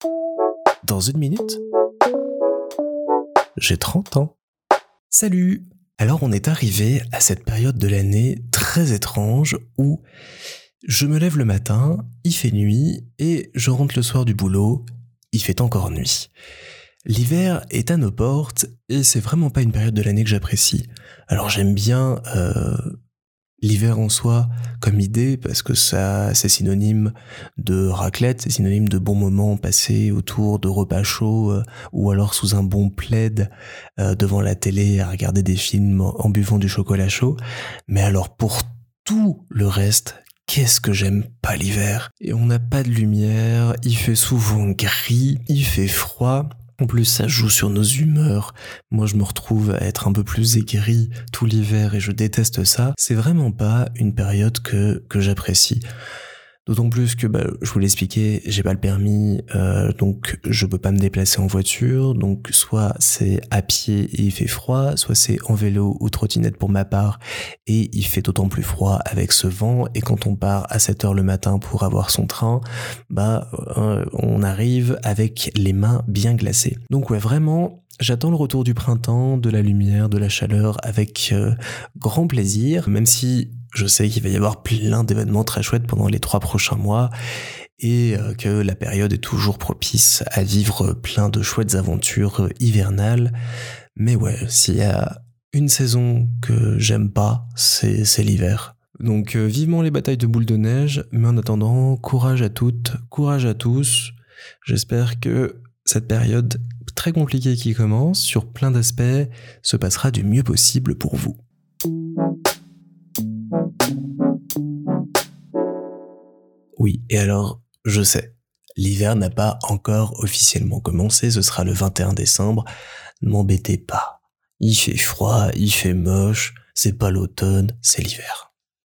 Dans une minute, j'ai 30 ans. Salut! Alors on est arrivé à cette période de l'année très étrange où je me lève le matin, il fait nuit, et je rentre le soir du boulot, il fait encore nuit. L'hiver est à nos portes, et c'est vraiment pas une période de l'année que j'apprécie. Alors j'aime bien l'hiver en soi comme idée, parce que ça, c'est synonyme de raclette, c'est synonyme de bons moments passés autour de repas chauds, ou alors sous un bon plaid devant la télé à regarder des films en buvant du chocolat chaud. Mais alors pour tout le reste, qu'est-ce que j'aime pas l'hiver. Et on n'a pas de lumière, il fait souvent gris, il fait froid. En plus, ça joue sur nos humeurs. Moi, je me retrouve à être un peu plus aigri tout l'hiver et je déteste ça. C'est vraiment pas une période que j'apprécie. D'autant plus que, je vous l'expliquais, j'ai pas le permis, donc je peux pas me déplacer en voiture. Donc soit c'est à pied et il fait froid, soit c'est en vélo ou trottinette pour ma part et il fait d'autant plus froid avec ce vent. Et quand on part à 7h le matin pour avoir son train, on arrive avec les mains bien glacées. Donc ouais, vraiment, j'attends le retour du printemps, de la lumière, de la chaleur avec grand plaisir, même si je sais qu'il va y avoir plein d'événements très chouettes pendant les 3 prochains mois et que la période est toujours propice à vivre plein de chouettes aventures hivernales. Mais ouais, s'il y a une saison que j'aime pas, c'est l'hiver. Donc vivement les batailles de boules de neige, mais en attendant, courage à toutes, courage à tous. J'espère que cette période très compliquée qui commence, sur plein d'aspects, se passera du mieux possible pour vous. Oui, et alors, je sais, l'hiver n'a pas encore officiellement commencé, ce sera le 21 décembre, ne m'embêtez pas. Il fait froid, il fait moche, c'est pas l'automne, c'est l'hiver.